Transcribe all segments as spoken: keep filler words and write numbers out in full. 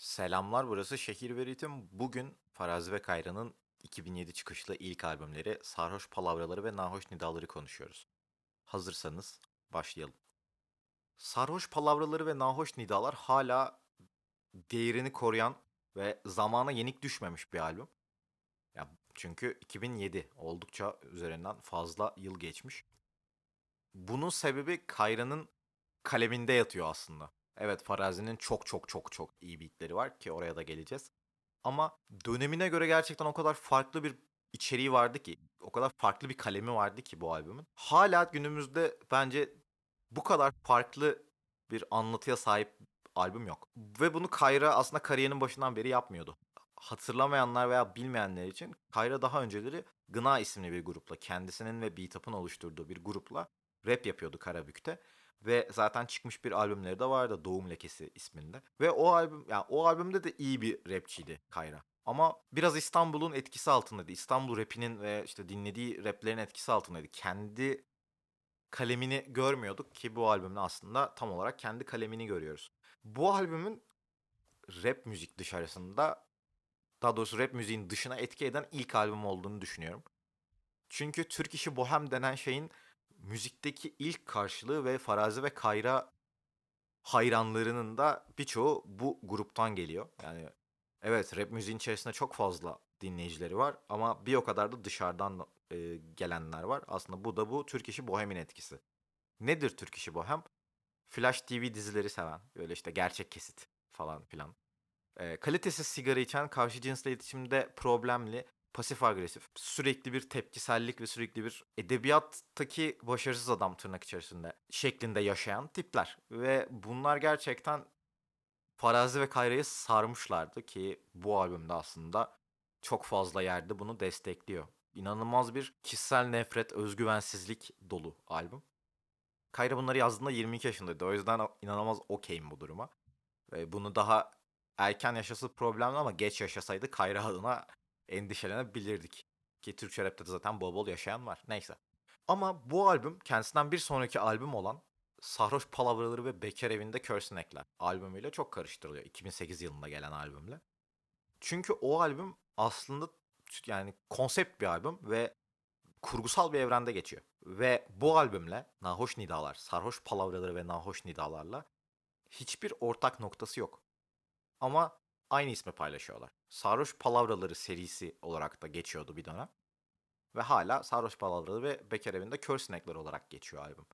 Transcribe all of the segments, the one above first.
Selamlar, burası Şehir ve Ritim. Bugün Farazi ve Kayra'nın iki bin yedi çıkışlı ilk albümleri Sarhoş Palavraları ve Nahoş Nidaları konuşuyoruz. Hazırsanız başlayalım. Sarhoş Palavraları ve Nahoş Nidalar hala değerini koruyan ve zamana yenik düşmemiş bir albüm. Ya çünkü iki bin yedi oldukça üzerinden fazla yıl geçmiş. Bunun sebebi Kayra'nın kaleminde yatıyor aslında. Evet, Farazi'nin çok çok çok çok iyi beatleri var ki oraya da geleceğiz. Ama dönemine göre gerçekten o kadar farklı bir içeriği vardı ki, o kadar farklı bir kalemi vardı ki bu albümün. Hala günümüzde bence bu kadar farklı bir anlatıya sahip albüm yok. Ve bunu Kayra aslında kariyerinin başından beri yapmıyordu. Hatırlamayanlar veya bilmeyenler için Kayra daha önceleri Gına isimli bir grupla, kendisinin ve Beat Up'ın oluşturduğu bir grupla rap yapıyordu Karabük'te. Ve zaten çıkmış bir albümleri de vardı, Doğum Lekesi isminde. Ve o albüm, yani o albümde de iyi bir rapçiydi Kayra. Ama biraz İstanbul'un etkisi altındaydı. İstanbul rapinin ve işte dinlediği raplerin etkisi altındaydı. Kendi kalemini görmüyorduk ki bu albümde aslında tam olarak kendi kalemini görüyoruz. Bu albümün rap müzik dışarısında, daha doğrusu rap müziğin dışına etki eden ilk albüm olduğunu düşünüyorum. Çünkü Türk işi bohem denen şeyin müzikteki ilk karşılığı ve Farazi ve Kayra hayranlarının da birçoğu bu gruptan geliyor. Yani evet, rap müziğin içerisinde çok fazla dinleyicileri var ama bir o kadar da dışarıdan e, gelenler var. Aslında bu da bu Türk işi bohemin etkisi. Nedir Türk işi bohem? Flash T V dizileri seven, böyle işte gerçek kesit falan filan. E, kalitesiz sigara içen, karşı cinsle iletişimde problemli, pasif agresif, sürekli bir tepkisellik ve sürekli bir edebiyattaki başarısız adam tırnak içerisinde şeklinde yaşayan tipler. Ve bunlar gerçekten Farazi ve Kayra'yı sarmışlardı ki bu albümde aslında çok fazla yerde bunu destekliyor. İnanılmaz bir kişisel nefret, özgüvensizlik dolu albüm. Kayra bunları yazdığında yirmi iki yaşındaydı. O yüzden inanılmaz okeyim bu duruma. Ve bunu daha erken yaşası problemli ama geç yaşasaydı Kayra adına endişelenebilirdik. Ki Türkçe rapte de zaten bol bol yaşayan var. Neyse. Ama bu albüm kendisinden bir sonraki albüm olan Sarhoş Palavraları ve Bekar Evinde Kör Sinekler albümüyle çok karıştırılıyor. iki bin sekiz yılında gelen albümle. Çünkü o albüm aslında yani konsept bir albüm ve kurgusal bir evrende geçiyor. Ve bu albümle Nahoş Nidalar, Sarhoş Palavraları ve Nahoş Nidalarla hiçbir ortak noktası yok. Ama aynı ismi paylaşıyorlar. Sarhoş Palavraları serisi olarak da geçiyordu bir dönem. Ve hala Sarhoş Palavraları ve Bekar Evinde Kör Sinekler olarak geçiyor albüm.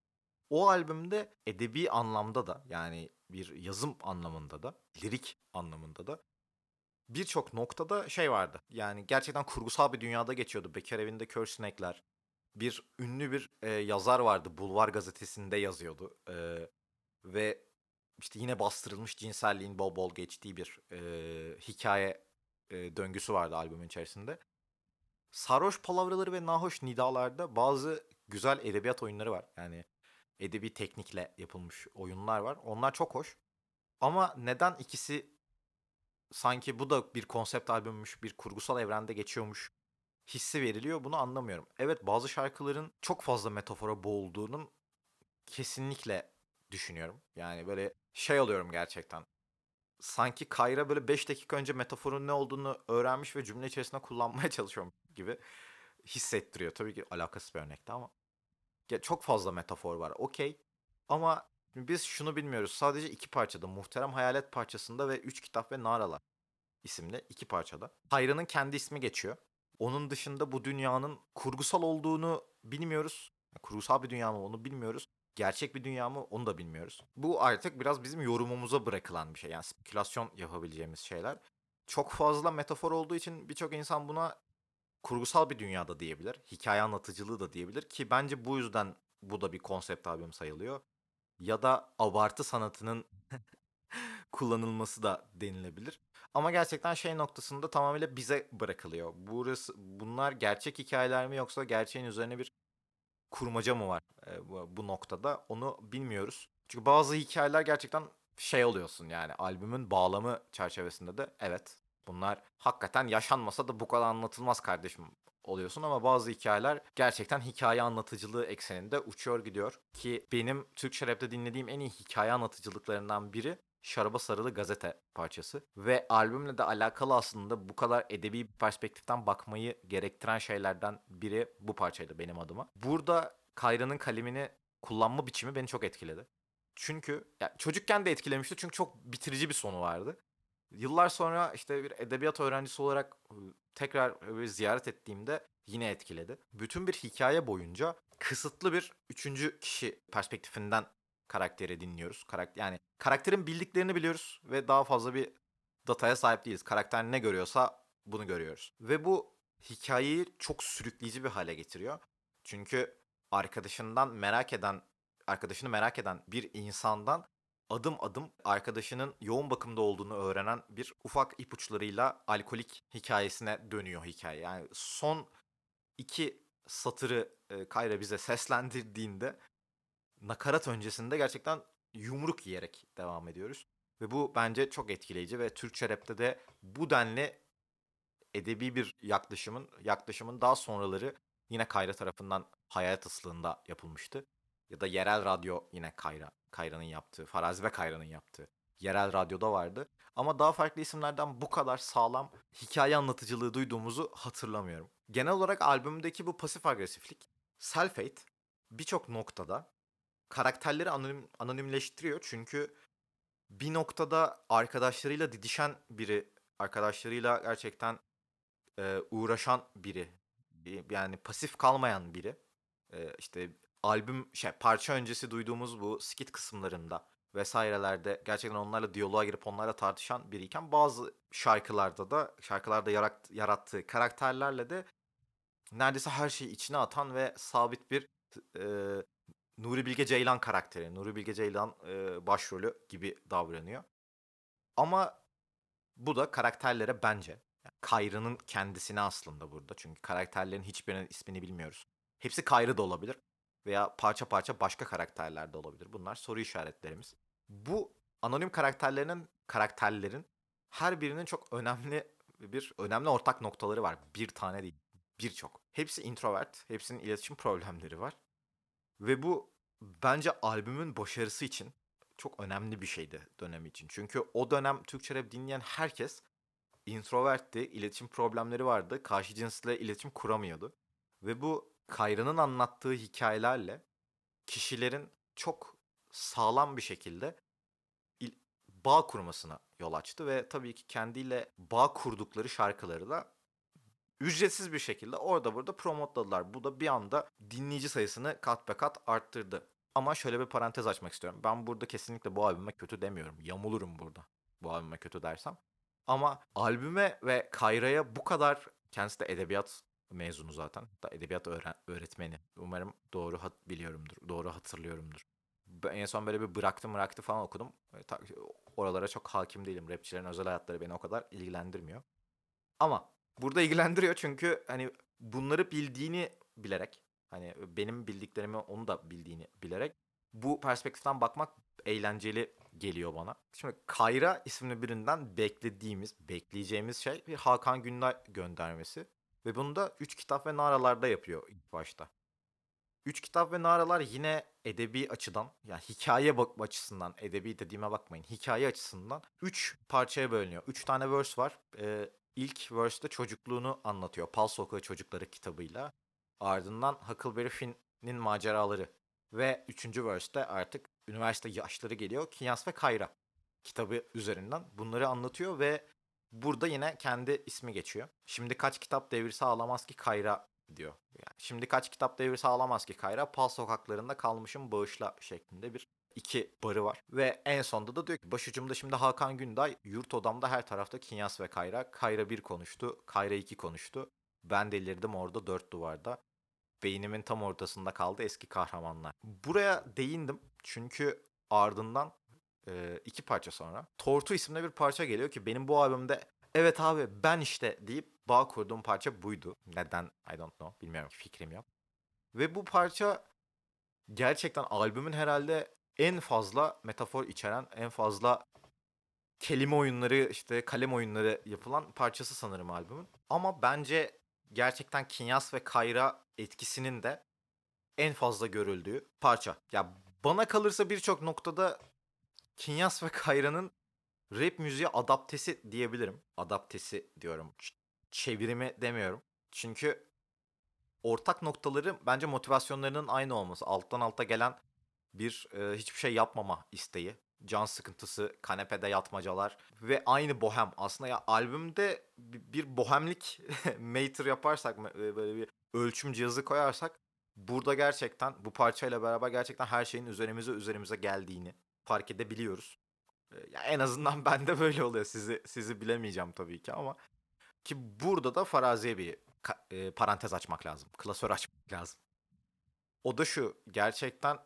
O albümde edebi anlamda da, yani bir yazım anlamında da, lirik anlamında da birçok noktada şey vardı. Yani gerçekten kurgusal bir dünyada geçiyordu. Bekar Evinde Kör Sinekler. Bir ünlü bir e, yazar vardı. Bulvar gazetesinde yazıyordu. E, ve işte yine bastırılmış cinselliğin bol bol geçtiği bir e, hikaye e, döngüsü vardı albümün içerisinde. Sarhoş Palavraları ve Nahoş Nidalar'da bazı güzel edebiyat oyunları var. Yani edebi teknikle yapılmış oyunlar var. Onlar çok hoş. Ama neden ikisi sanki bu da bir konsept albümmüş, bir kurgusal evrende geçiyormuş hissi veriliyor, bunu anlamıyorum. Evet, bazı şarkıların çok fazla metafora boğulduğunun kesinlikle düşünüyorum. Yani böyle şey oluyorum gerçekten. Sanki Kayra böyle beş dakika önce metaforun ne olduğunu öğrenmiş ve cümle içerisinde kullanmaya çalışıyorum gibi hissettiriyor. Tabii ki alakasız bir örnekti ama. Ya çok fazla metafor var, okey. Ama biz şunu bilmiyoruz. Sadece iki parçada, Muhterem Hayalet parçasında ve Üç Kitap ve Naralar isimli iki parçada Kayra'nın kendi ismi geçiyor. Onun dışında bu dünyanın kurgusal olduğunu bilmiyoruz. Kurgusal bir dünya mı onu bilmiyoruz. Gerçek bir dünya mı onu da bilmiyoruz. Bu artık biraz bizim yorumumuza bırakılan bir şey. Yani spekülasyon yapabileceğimiz şeyler. Çok fazla metafor olduğu için birçok insan buna kurgusal bir dünyada diyebilir. Hikaye anlatıcılığı da diyebilir ki bence bu yüzden bu da bir konsept albüm sayılıyor. Ya da abartı sanatının kullanılması da denilebilir. Ama gerçekten şey noktasında tamamıyla bize bırakılıyor. Burası, bunlar gerçek hikayeler mi yoksa gerçeğin üzerine bir kurmaca mı var e, bu, bu noktada onu bilmiyoruz. Çünkü bazı hikayeler gerçekten şey oluyorsun, yani albümün bağlamı çerçevesinde de evet bunlar hakikaten yaşanmasa da bu kadar anlatılmaz kardeşim oluyorsun, ama bazı hikayeler gerçekten hikaye anlatıcılığı ekseninde uçuyor gidiyor ki benim Türkçe rapte dinlediğim en iyi hikaye anlatıcılıklarından biri Şaraba Sarılı Gazete parçası. Ve albümle de alakalı aslında bu kadar edebi bir perspektiften bakmayı gerektiren şeylerden biri bu parçaydı benim adıma. Burada Kayra'nın kalemini kullanma biçimi beni çok etkiledi. Çünkü ya çocukken de etkilemişti çünkü çok bitirici bir sonu vardı. Yıllar sonra işte bir edebiyat öğrencisi olarak ıı, tekrar bir ziyaret ettiğimde yine etkiledi. Bütün bir hikaye boyunca kısıtlı bir üçüncü kişi perspektifinden karakteri dinliyoruz. Karakter, yani karakterin bildiklerini biliyoruz ve daha fazla bir dataya sahip değiliz. Karakter ne görüyorsa bunu görüyoruz. Ve bu hikayeyi çok sürükleyici bir hale getiriyor. Çünkü arkadaşından merak eden, arkadaşını merak eden bir insandan adım adım arkadaşının yoğun bakımda olduğunu öğrenen bir ufak ipuçlarıyla alkolik hikayesine dönüyor hikaye. Yani son iki satırı e, Kayra bize seslendirdiğinde nakarat öncesinde gerçekten yumruk yiyerek devam ediyoruz. Ve bu bence çok etkileyici ve Türkçe rapte de bu denli edebi bir yaklaşımın yaklaşımın daha sonraları yine Kayra tarafından Hayalet Islığı'nda yapılmıştı. Ya da Yerel Radyo yine Kayra, Kayra'nın yaptığı, Farazi ve Kayra'nın yaptığı. Yerel Radyo'da vardı. Ama daha farklı isimlerden bu kadar sağlam hikaye anlatıcılığı duyduğumuzu hatırlamıyorum. Genel olarak albümdeki bu pasif agresiflik, Self-Hate birçok noktada karakterleri anonim, anonimleştiriyor. Çünkü bir noktada arkadaşlarıyla didişen biri, arkadaşlarıyla gerçekten e, uğraşan biri, yani pasif kalmayan biri. E, işte albüm şey parça öncesi duyduğumuz bu skit kısımlarında vesairelerde gerçekten onlarla diyaloğa girip onlarla tartışan biriyken bazı şarkılarda da şarkılarda yarat, yarattığı karakterlerle de neredeyse her şeyi içine atan ve sabit bir e, Nuri Bilge Ceylan karakteri, Nuri Bilge Ceylan e, başrolü gibi davranıyor. Ama bu da karakterlere bence, yani Kayra'nın kendisine aslında burada. Çünkü karakterlerin hiçbirinin ismini bilmiyoruz. Hepsi Kayra da olabilir veya parça parça başka karakterler de olabilir. Bunlar soru işaretlerimiz. Bu anonim karakterlerinin karakterlerin her birinin çok önemli bir önemli ortak noktaları var. Bir tane değil, birçok. Hepsi introvert, hepsinin iletişim problemleri var. Ve bu bence albümün başarısı için çok önemli bir şeydi dönemi için. Çünkü o dönem Türkçe rap dinleyen herkes introvertti, iletişim problemleri vardı, karşı cinsle iletişim kuramıyordu. Ve bu Kayra'nın anlattığı hikayelerle kişilerin çok sağlam bir şekilde il- bağ kurmasına yol açtı ve tabii ki kendiyle bağ kurdukları şarkıları da ücretsiz bir şekilde orada burada promotladılar. Bu da bir anda dinleyici sayısını kat be kat arttırdı. Ama şöyle bir parantez açmak istiyorum. Ben burada kesinlikle bu albüme kötü demiyorum. Yamulurum burada bu albüme kötü dersem. Ama albüme ve Kayra'ya bu kadar, kendisi de edebiyat mezunu zaten. Da edebiyat öğren- öğretmeni. Umarım doğru hat- biliyorumdur. Doğru hatırlıyorumdur. Ben en son böyle bir bıraktı bıraktı falan okudum. E, ta- Oralara çok hakim değilim. Rapçilerin özel hayatları beni o kadar ilgilendirmiyor. Ama burada ilgilendiriyor çünkü hani bunları bildiğini bilerek, hani benim bildiklerimi onu da bildiğini bilerek bu perspektiften bakmak eğlenceli geliyor bana. Şimdi Kayra isimli birinden beklediğimiz, bekleyeceğimiz şey bir Hakan Günday göndermesi. Ve bunu da üç kitap ve naralarda yapıyor ilk başta. Üç kitap ve naralar yine edebi açıdan, yani hikaye bak açısından, edebi dediğime bakmayın, hikaye açısından üç parçaya bölünüyor. Üç tane verse var. Ee, ilk verse'de çocukluğunu anlatıyor. Pal Sokağı Çocukları kitabıyla. Ardından Huckleberry Finn'in maceraları. Ve üçüncü verse'de artık üniversite yaşları geliyor. Kinyas ve Kayra kitabı üzerinden bunları anlatıyor ve burada yine kendi ismi geçiyor. Şimdi kaç kitap devirse ağlamaz ki Kayra diyor. Yani şimdi kaç kitap devri sağlamaz ki Kayra, Pal sokaklarında kalmışım bağışla şeklinde bir iki barı var. Ve en sonda da diyor ki başucumda şimdi Hakan Günday, yurt odamda her tarafta Kinyas ve Kayra. Kayra bir konuştu, Kayra iki konuştu. Ben delirdim orada dört duvarda. Beynimin tam ortasında kaldı eski kahramanlar. Buraya değindim çünkü ardından e, iki parça sonra Tortu isimli bir parça geliyor ki benim bu albümde evet abi ben işte deyip bağ kurduğum parça buydu. Neden I don't know, bilmiyorum, fikrim yok. Ve bu parça gerçekten albümün herhalde en fazla metafor içeren, en fazla kelime oyunları, işte kalem oyunları yapılan parçası sanırım albümün. Ama bence gerçekten Kinyas ve Kayra etkisinin de en fazla görüldüğü parça. Ya bana kalırsa birçok noktada Kinyas ve Kayra'nın rap müziğe adaptesi diyebilirim. Adaptesi diyorum. Ç- çevirimi demiyorum. Çünkü ortak noktaları bence motivasyonlarının aynı olması. Alttan alta gelen bir e, hiçbir şey yapmama isteği. Can sıkıntısı, kanepede yatmacalar ve aynı bohem. Aslında ya albümde bi- bir bohemlik meter yaparsak, e, böyle bir ölçüm cihazı koyarsak burada gerçekten bu parçayla beraber gerçekten her şeyin üzerimize üzerimize geldiğini fark edebiliyoruz. E, Ya en azından bende böyle oluyor. Sizi sizi bilemeyeceğim tabii ki ama ki burada da faraziye bir ka- e, parantez açmak lazım. Klasör açmak lazım. O da şu, gerçekten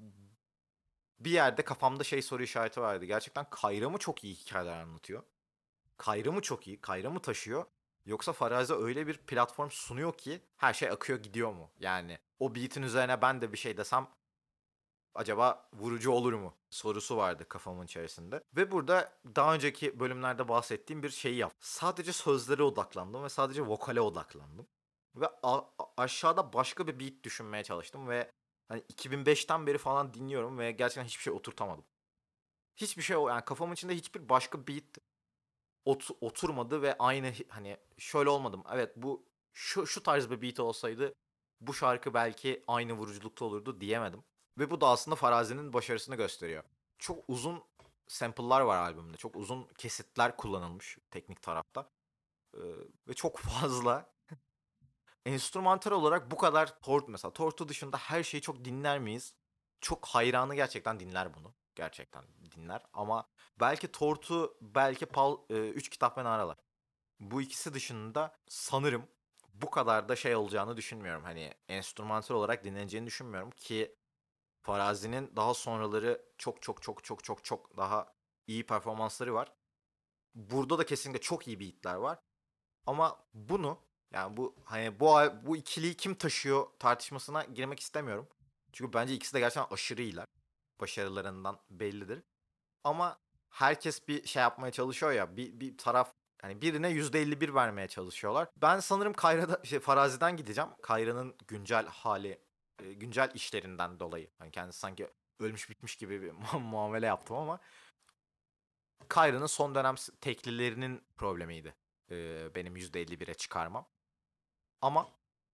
bir yerde kafamda şey soru işareti vardı. Gerçekten Kayra mı çok iyi hikayeler anlatıyor? Kayra mı çok iyi? Kayra mı taşıyor? Yoksa Farazi öyle bir platform sunuyor ki her şey akıyor gidiyor mu? Yani o beat'in üzerine ben de bir şey desem acaba vurucu olur mu? Sorusu vardı kafamın içerisinde. Ve burada daha önceki bölümlerde bahsettiğim bir şeyi yaptım. Sadece sözlere odaklandım ve sadece vokale odaklandım. Ve a- a- aşağıda başka bir beat düşünmeye çalıştım ve hani iki bin beşten beri falan dinliyorum ve gerçekten hiçbir şey oturtamadım. Hiçbir şey o yani kafamın içinde hiçbir başka beat ot- oturmadı ve aynı hi- hani şöyle olmadım. Evet bu şu şu tarz bir beat olsaydı bu şarkı belki aynı vuruculukta olurdu diyemedim. Ve bu da aslında Farazi'nin başarısını gösteriyor. Çok uzun sample'lar var albümde. Çok uzun kesitler kullanılmış teknik tarafta. Ee, ve çok fazla enstrümantal olarak bu kadar Tort mesela Tortu dışında her şeyi çok dinler miyiz? Çok hayranı gerçekten dinler bunu. Gerçekten dinler ama belki Tortu belki Pal e, üç kitap ve Naralar. Bu ikisi dışında sanırım bu kadar da şey olacağını düşünmüyorum. Hani enstrümantal olarak dinleneceğini düşünmüyorum ki Farazi'nin daha sonraları çok çok çok çok çok çok daha iyi performansları var. Burada da kesinlikle çok iyi beatler var. Ama bunu yani bu hani bu bu ikiliyi kim taşıyor tartışmasına girmek istemiyorum. Çünkü bence ikisi de gerçekten aşırı iyiler. Başarılarından bellidir. Ama herkes bir şey yapmaya çalışıyor ya bir, bir taraf hani birine yüzde elli bir vermeye çalışıyorlar. Ben sanırım Kayra'da şey, Farazi'den gideceğim. Kayra'nın güncel hali e, güncel işlerinden dolayı. Hani kendisi sanki ölmüş bitmiş gibi bir muamele yaptım ama Kayra'nın son dönem teklilerinin problemiydi. E, benim yüzde elli bire çıkarmam. Ama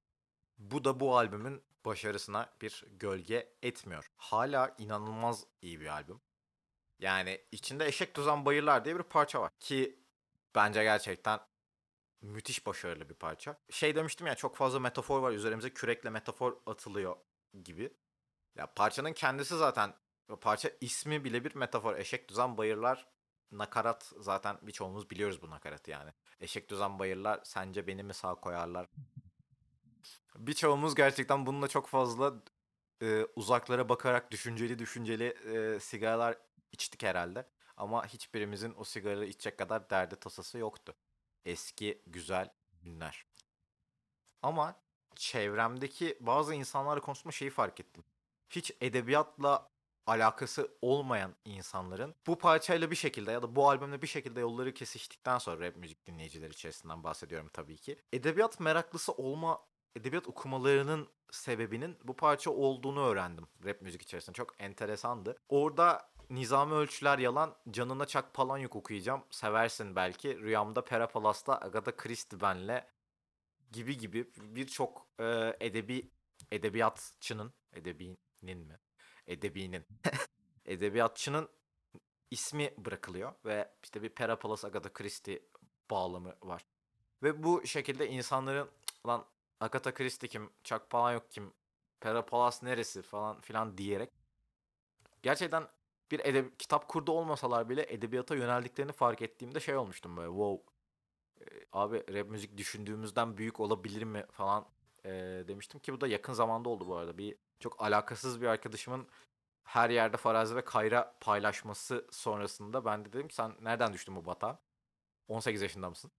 bu da bu albümün başarısına bir gölge etmiyor. Hala inanılmaz iyi bir albüm. Yani içinde Eşek Tuzan Bayırlar diye bir parça var. Ki bence gerçekten müthiş başarılı bir parça. Şey demiştim ya çok fazla metafor var. Üzerimize kürekle metafor atılıyor gibi. Ya parçanın kendisi zaten parça ismi bile bir metafor. Eşek Tuzan Bayırlar nakarat zaten birçoğumuz biliyoruz bu nakaratı yani. Eşek Tuzan Bayırlar sence beni mi sağ koyarlar? Birçoğumuz gerçekten bununla çok fazla e, uzaklara bakarak düşünceli düşünceli e, sigaralar içtik herhalde. Ama hiçbirimizin o sigarayı içecek kadar derdi tasası yoktu. Eski güzel günler. Ama çevremdeki bazı insanlarla konuşma şeyi fark ettim. Hiç edebiyatla alakası olmayan insanların bu parçayla bir şekilde ya da bu albümle bir şekilde yolları kesiştikten sonra rap müzik dinleyicileri içerisinden bahsediyorum tabii ki. Edebiyat meraklısı olma, edebiyat okumalarının sebebinin bu parça olduğunu öğrendim rap müzik içerisinde. Çok enteresandı. Orada Nizami Ölçüler Yalan, Canına Çak Palanyuk okuyacağım. Seversin belki. Rüyamda Pera Palas'ta Agatha Christie benle gibi gibi birçok e, edebi edebiyatçının edebinin mi? Edebinin edebiyatçının ismi bırakılıyor ve işte bir Periplus Agatha Christie bağlamı var. Ve bu şekilde insanların lan Agatha Christie kim, Chuck Palahniuk kim, Periplus neresi falan filan diyerek gerçekten bir edeb- kitap kurdu olmasalar bile edebiyata yöneldiklerini fark ettiğimde şey olmuştum böyle wow. Abi rap müzik düşündüğümüzden büyük olabilir mi falan eee, demiştim ki bu da yakın zamanda oldu bu arada. Bir çok alakasız bir arkadaşımın her yerde Farazi ve Kayra paylaşması sonrasında ben de dedim ki sen nereden düştün bu batağa? on sekiz yaşında mısın?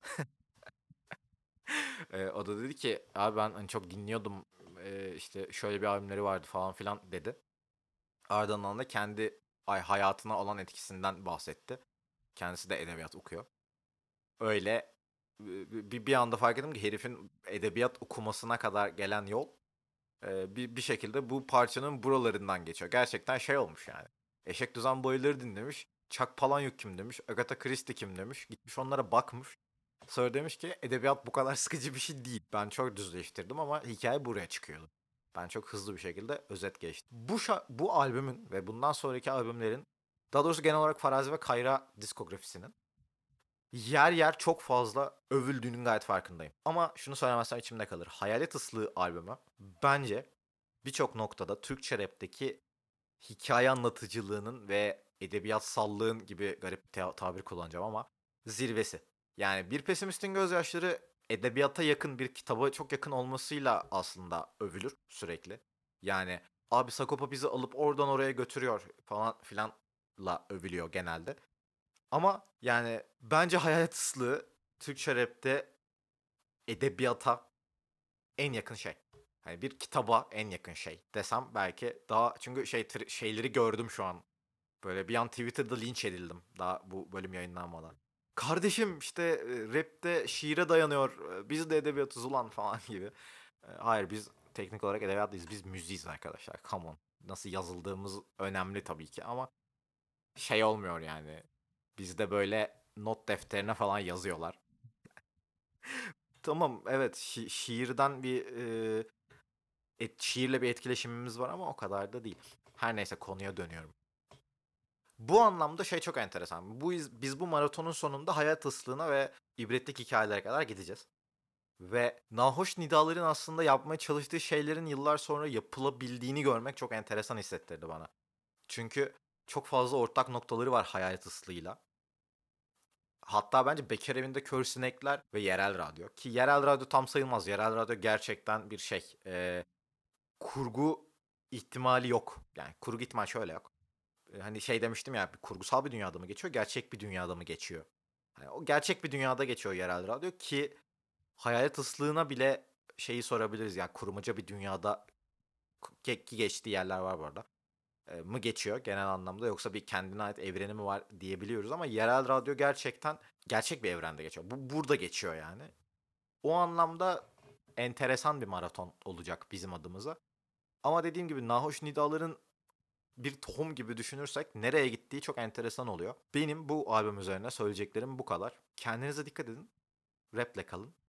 Eee, o da dedi ki abi ben hani çok dinliyordum eee, işte şöyle bir albümleri vardı falan filan dedi. Ardından da kendi ay hayatına olan etkisinden bahsetti. Kendisi de edebiyat okuyor. Öyle bir, bir anda fark ettim ki herifin edebiyat okumasına kadar gelen yol e, bir, bir şekilde bu parçanın buralarından geçiyor. Gerçekten şey olmuş yani. Eşek Düzen Boyları dinlemiş. Chuck Palahniuk kim demiş. Agatha Christie kim demiş. Gitmiş onlara bakmış. Sonra demiş ki edebiyat bu kadar sıkıcı bir şey değil. Ben çok düzleştirdim ama hikaye buraya çıkıyordu. Ben çok hızlı bir şekilde özet geçtim. Bu, şa- bu albümün ve bundan sonraki albümlerin, daha doğrusu genel olarak Farazi ve Kayra diskografisinin yer yer çok fazla övüldüğünün gayet farkındayım. Ama şunu söylemezsem içimde kalır. Hayalet Islığı albümü bence birçok noktada Türkçe rapteki hikaye anlatıcılığının ve edebiyatsallığı gibi garip bir ta- tabir kullanacağım ama zirvesi. Yani Bir Pesimistin Gözyaşları edebiyata yakın bir kitaba çok yakın olmasıyla aslında övülür sürekli. Yani abi Sagopa bizi alıp oradan oraya götürüyor falan filanla övülüyor genelde. Ama yani bence Hayalet Islığı Türkçe rapte edebiyata en yakın şey. Hani bir kitaba en yakın şey desem belki daha, çünkü şey tr- şeyleri gördüm şu an. Böyle bir an Twitter'da linç edildim daha bu bölüm yayınlanmadan. Kardeşim işte e, rapte şiire dayanıyor. e, Biz de edebiyatız ulan falan gibi. E, Hayır, biz teknik olarak edebiyatlıyız. Biz müziğiz arkadaşlar. Come on. Nasıl yazıldığımız önemli tabii ki ama şey olmuyor yani. Bizde böyle not defterine falan yazıyorlar. Tamam, evet, şi- şiirden bir e, et, şiirle bir etkileşimimiz var ama o kadar da değil. Her neyse, konuya dönüyorum. Bu anlamda şey çok enteresan. Bu iz- biz bu maratonun sonunda hayat ıslığına ve ibretlik hikayelere kadar gideceğiz. Ve nahoş nidaların aslında yapmaya çalıştığı şeylerin yıllar sonra yapılabildiğini görmek çok enteresan hissettirdi bana. Çünkü çok fazla ortak noktaları var hayat ıslığıyla. Hatta bence Bekar Evinde Kör Sinekler ve Yerel Radyo. Ki Yerel Radyo tam sayılmaz. Yerel Radyo gerçekten bir şey. e, kurgu ihtimali yok. Yani kurgu ihtimali şöyle yok. E, Hani şey demiştim ya, bir kurgusal bir dünyada mı geçiyor, gerçek bir dünyada mı geçiyor? Hani o gerçek bir dünyada geçiyor Yerel Radyo ki hayalet ıslığına bile şeyi sorabiliriz, yani kurmaca bir dünyada ki ki geçtiği yerler var bu arada. E, mı geçiyor genel anlamda, yoksa bir kendine ait evreni mi var diyebiliyoruz ama Yerel Radyo gerçekten gerçek bir evrende geçiyor. Bu burada geçiyor yani. O anlamda enteresan bir maraton olacak bizim adımıza. Ama dediğim gibi nahoş nidaların bir tohum gibi düşünürsek nereye gittiği çok enteresan oluyor. Benim bu albüm üzerine söyleyeceklerim bu kadar. Kendinize dikkat edin. Rap'le kalın.